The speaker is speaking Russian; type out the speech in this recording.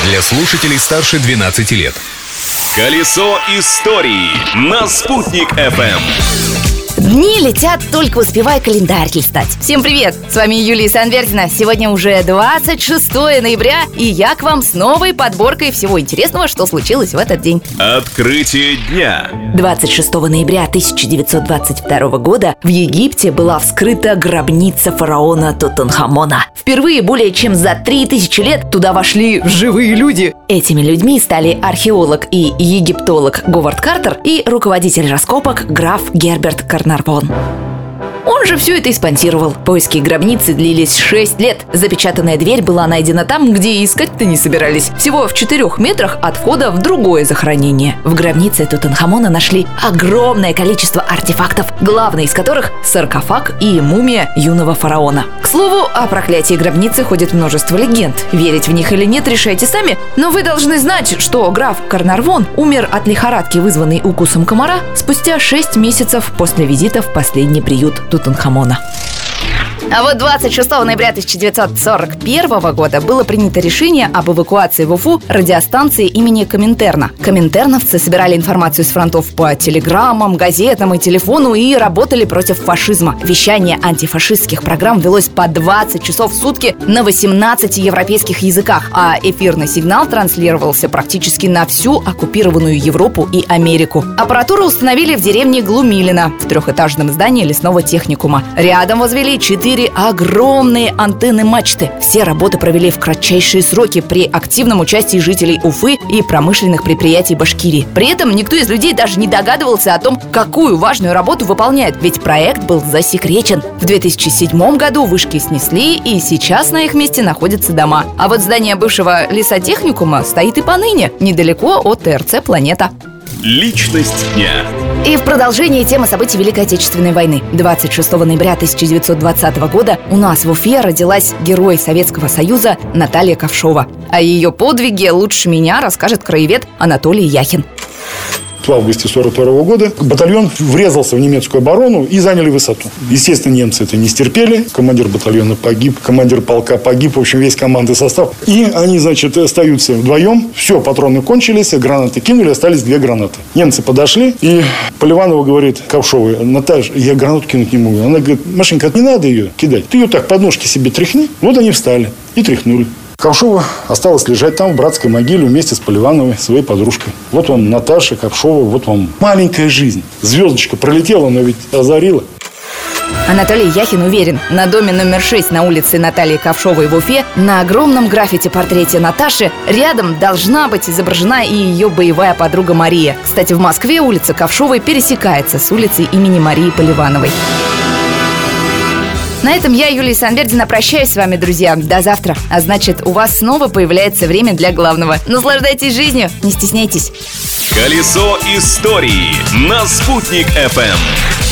Для слушателей старше 12 лет. Колесо истории на Спутник FM. Дни летят, только успевай календарь листать. Всем привет! С вами Юлия Санвердина. Сегодня уже 26 ноября, и я к вам с новой подборкой всего интересного, что случилось в этот день. Открытие дня. 26 ноября 1922 года в Египте была вскрыта гробница фараона Тутанхамона. Впервые более чем за 3000 лет туда вошли живые люди. Этими людьми стали археолог и египтолог Говард Картер и руководитель раскопок граф Герберт Карнарвон. Он же все это и спонсировал. Поиски гробницы длились 6 лет. Запечатанная дверь была найдена там, где искать-то не собирались. Всего в 4 метрах от входа в другое захоронение. В гробнице Тутанхамона нашли огромное количество артефактов, главный из которых – саркофаг и мумия юного фараона. К слову, о проклятии гробницы ходит множество легенд. Верить в них или нет, решайте сами. Но вы должны знать, что граф Карнарвон умер от лихорадки, вызванной укусом комара, спустя 6 месяцев после визита в последний приют Тутанхамона. А вот 26 ноября 1941 года было принято решение об эвакуации в Уфу радиостанции имени Коминтерна. Коминтерновцы собирали информацию с фронтов по телеграммам, газетам и телефону и работали против фашизма. Вещание антифашистских программ велось по 20 часов в сутки на 18 европейских языках, а эфирный сигнал транслировался практически на всю оккупированную Европу и Америку. Аппаратуру установили в деревне Глумилино в 3-этажном здании лесного техникума. Рядом возвели 4 огромные антенны-мачты. Все работы провели в кратчайшие сроки при активном участии жителей Уфы и промышленных предприятий Башкирии. При этом никто из людей даже не догадывался о том, какую важную работу выполняет, ведь проект был засекречен. В 2007 году вышки снесли, и сейчас на их месте находятся дома. А вот здание бывшего лесотехникума стоит и поныне, недалеко от ТРЦ «Планета». Личность дня. И в продолжении темы событий Великой Отечественной войны. 26 ноября 1920 года у нас в Уфе родилась герой Советского Союза Наталья Ковшова. О ее подвиге лучше меня расскажет краевед Анатолий Яхин. В августе 1942 года батальон врезался в немецкую оборону и заняли высоту. Естественно, немцы это не стерпели. Командир батальона погиб, командир полка погиб, в общем, весь командный состав. И они, значит, остаются вдвоем. Все, патроны кончились, гранаты кинули, остались 2 гранаты. Немцы подошли, и Поливанова говорит Ковшовой: Наташа, я гранату кинуть не могу. Она говорит: Машенька, не надо ее кидать. Ты ее так под ножки себе тряхни. Вот они встали и тряхнули. Ковшова осталась лежать там, в братской могиле, вместе с Поливановой, своей подружкой. Вот вам Наташа Ковшова, вот вам маленькая жизнь. Звездочка пролетела, но ведь озарила. Анатолий Яхин уверен, на доме номер 6 на улице Натальи Ковшовой в Уфе на огромном граффити-портрете Наташи рядом должна быть изображена и ее боевая подруга Мария. Кстати, в Москве улица Ковшовой пересекается с улицей имени Марии Поливановой. На этом я, Юлия Санвердина, прощаюсь с вами, друзья. До завтра. А значит, у вас снова появляется время для главного. Наслаждайтесь жизнью, не стесняйтесь. Колесо истории на Спутник FM.